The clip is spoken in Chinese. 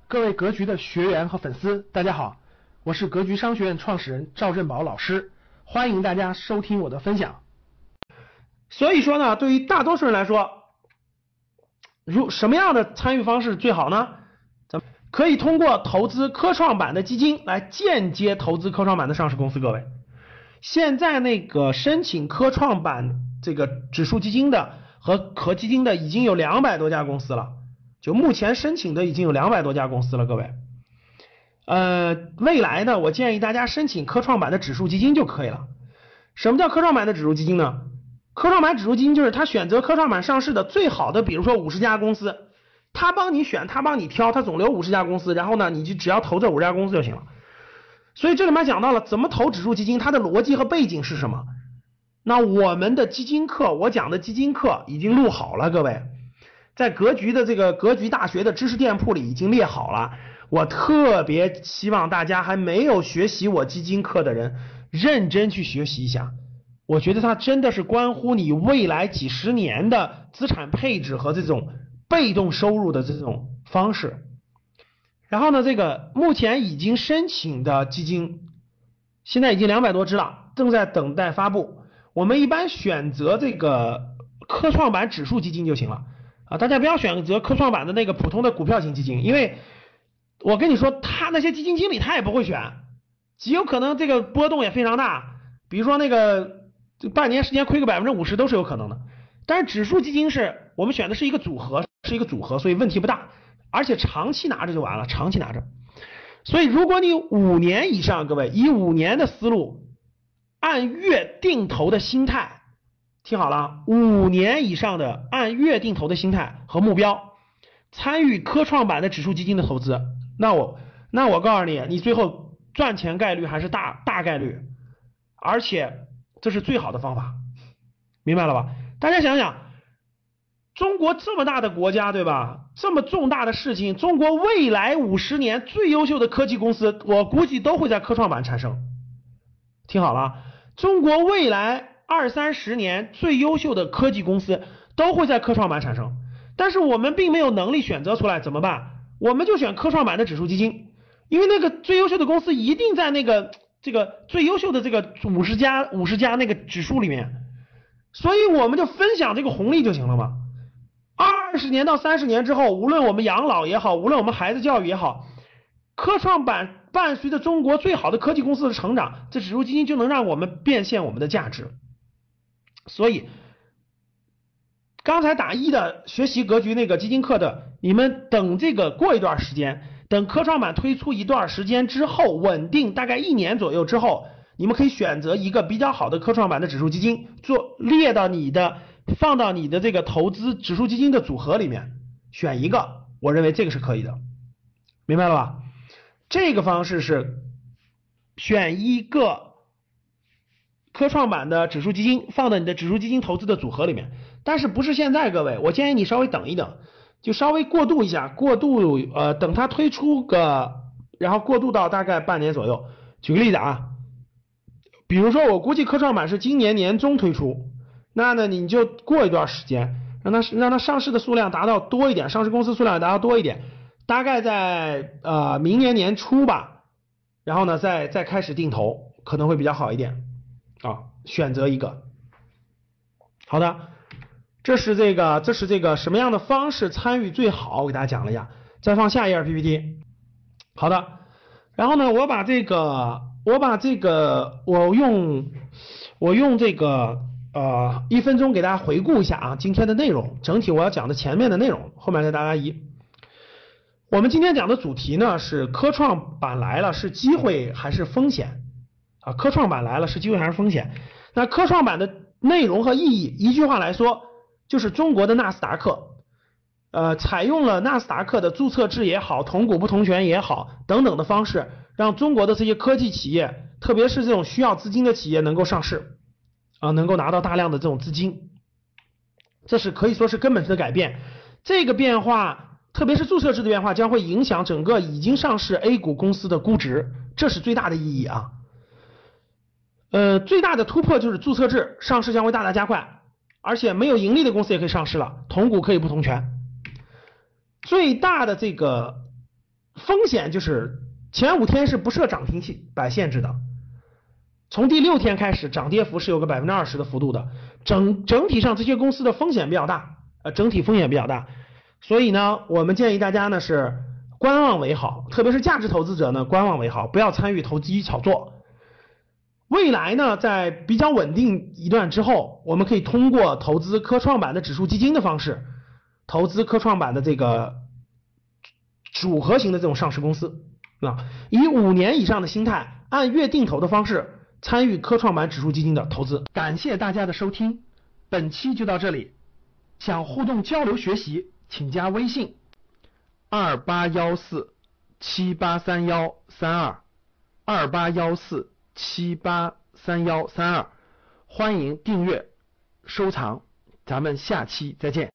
各位格局的学员和粉丝，大家好，我是格局商学院创始人赵振宝老师，欢迎大家收听我的分享。所以说呢，对于大多数人来说，什么样的参与方式最好呢？咱们可以通过投资科创板的基金来间接投资科创板的上市公司。各位，现在那个申请科创板这个指数基金的和基金的已经有200多家公司了。就目前申请的已经有200多家公司了，各位。未来呢，我建议大家申请科创板的指数基金就可以了。什么叫科创板的指数基金呢？科创板指数基金就是他选择科创板上市的最好的，比如说50家公司，他帮你选，他帮你挑，他总留50家公司，然后呢，你就只要投这50家公司就行了。所以这里面讲到了怎么投指数基金，它的逻辑和背景是什么？那我们的基金课，我讲的基金课已经录好了，各位。在格局的这个格局大学的知识店铺里已经列好了，我特别希望大家还没有学习我基金课的人认真去学习一下，我觉得它真的是关乎你未来几十年的资产配置和这种被动收入的这种方式。然后呢，这个目前已经申请的基金现在已经200多只了，正在等待发布。我们一般选择这个科创板指数基金就行了大家不要选择科创板的那个普通的股票型基金，因为我跟你说，他那些基金经理他也不会选，极有可能这个波动也非常大，比如说那个半年时间亏个50%都是有可能的。但是指数基金是我们选的是一个组合，所以问题不大，而且长期拿着就完了，长期拿着。所以如果你5年以上，各位以5年的思路，按月定投的心态。听好了，5年以上的按月定投的心态和目标参与科创板的指数基金的投资，那我告诉你，你最后赚钱概率还是大概率，而且这是最好的方法，明白了吧？大家想想，中国这么大的国家，对吧？这么重大的事情，中国未来50年最优秀的科技公司，我估计都会在科创板产生。听好了，中国未来20-30年最优秀的科技公司都会在科创板产生，但是我们并没有能力选择出来，怎么办？我们就选科创板的指数基金，因为那个最优秀的公司一定在这个最优秀的这个50家那个指数里面，所以我们就分享这个红利就行了嘛。20年到30年之后，无论我们养老也好，无论我们孩子教育也好，科创板伴随着中国最好的科技公司的成长，这指数基金就能让我们变现我们的价值。所以刚才打1的学习格局那个基金课的，你们等这个过一段时间，等科创板推出一段时间之后，稳定大概1年左右之后，你们可以选择一个比较好的科创板的指数基金，放到你的这个投资指数基金的组合里面，选一个，我认为这个是可以的，明白了吧？这个方式是选一个科创板的指数基金放到你的指数基金投资的组合里面，但是不是现在，各位，我建议你稍微等一等，就稍微过渡一下，等它推出然后过渡到大概半年左右。举个例子啊，比如说我估计科创板是今年年中推出，那呢你就过一段时间，让它上市的数量达到多一点，上市公司数量达到多一点，大概在明年年初吧，然后呢再开始定投，可能会比较好一点。选择一个。好的，这是这个什么样的方式参与最好，我给大家讲了一下。再放下一页 PPT。好的，然后呢，我用这个1分钟给大家回顾一下今天的内容，整体我要讲的前面的内容，后面再大家移。我们今天讲的主题呢是科创板来了是机会还是风险？科创板来了是机会还是风险？那科创板的内容和意义，一句话来说，就是中国的纳斯达克，采用了纳斯达克的注册制也好，同股不同权也好等等的方式，让中国的这些科技企业，特别是这种需要资金的企业能够上市，能够拿到大量的这种资金，这是可以说是根本性的改变。这个变化，特别是注册制的变化，将会影响整个已经上市 A 股公司的估值，这是最大的意义啊。最大的突破就是注册制上市将会大大加快，而且没有盈利的公司也可以上市了，同股可以不同权。最大的这个风险就是前5天是不设涨停期摆限制的，从第6天开始涨跌幅是有个 20% 的幅度的，整体上这些公司的风险比较大，整体风险比较大，所以呢我们建议大家呢是观望为好，特别是价值投资者呢观望为好，不要参与投机炒作。未来呢在比较稳定一段之后，我们可以通过投资科创板的指数基金的方式，投资科创板的这个组合型的这种上市公司以5年以上的心态，按月定投的方式参与科创板指数基金的投资。感谢大家的收听，本期就到这里。想互动交流学习，请加微信2814783132，2814783132，欢迎订阅收藏，咱们下期再见。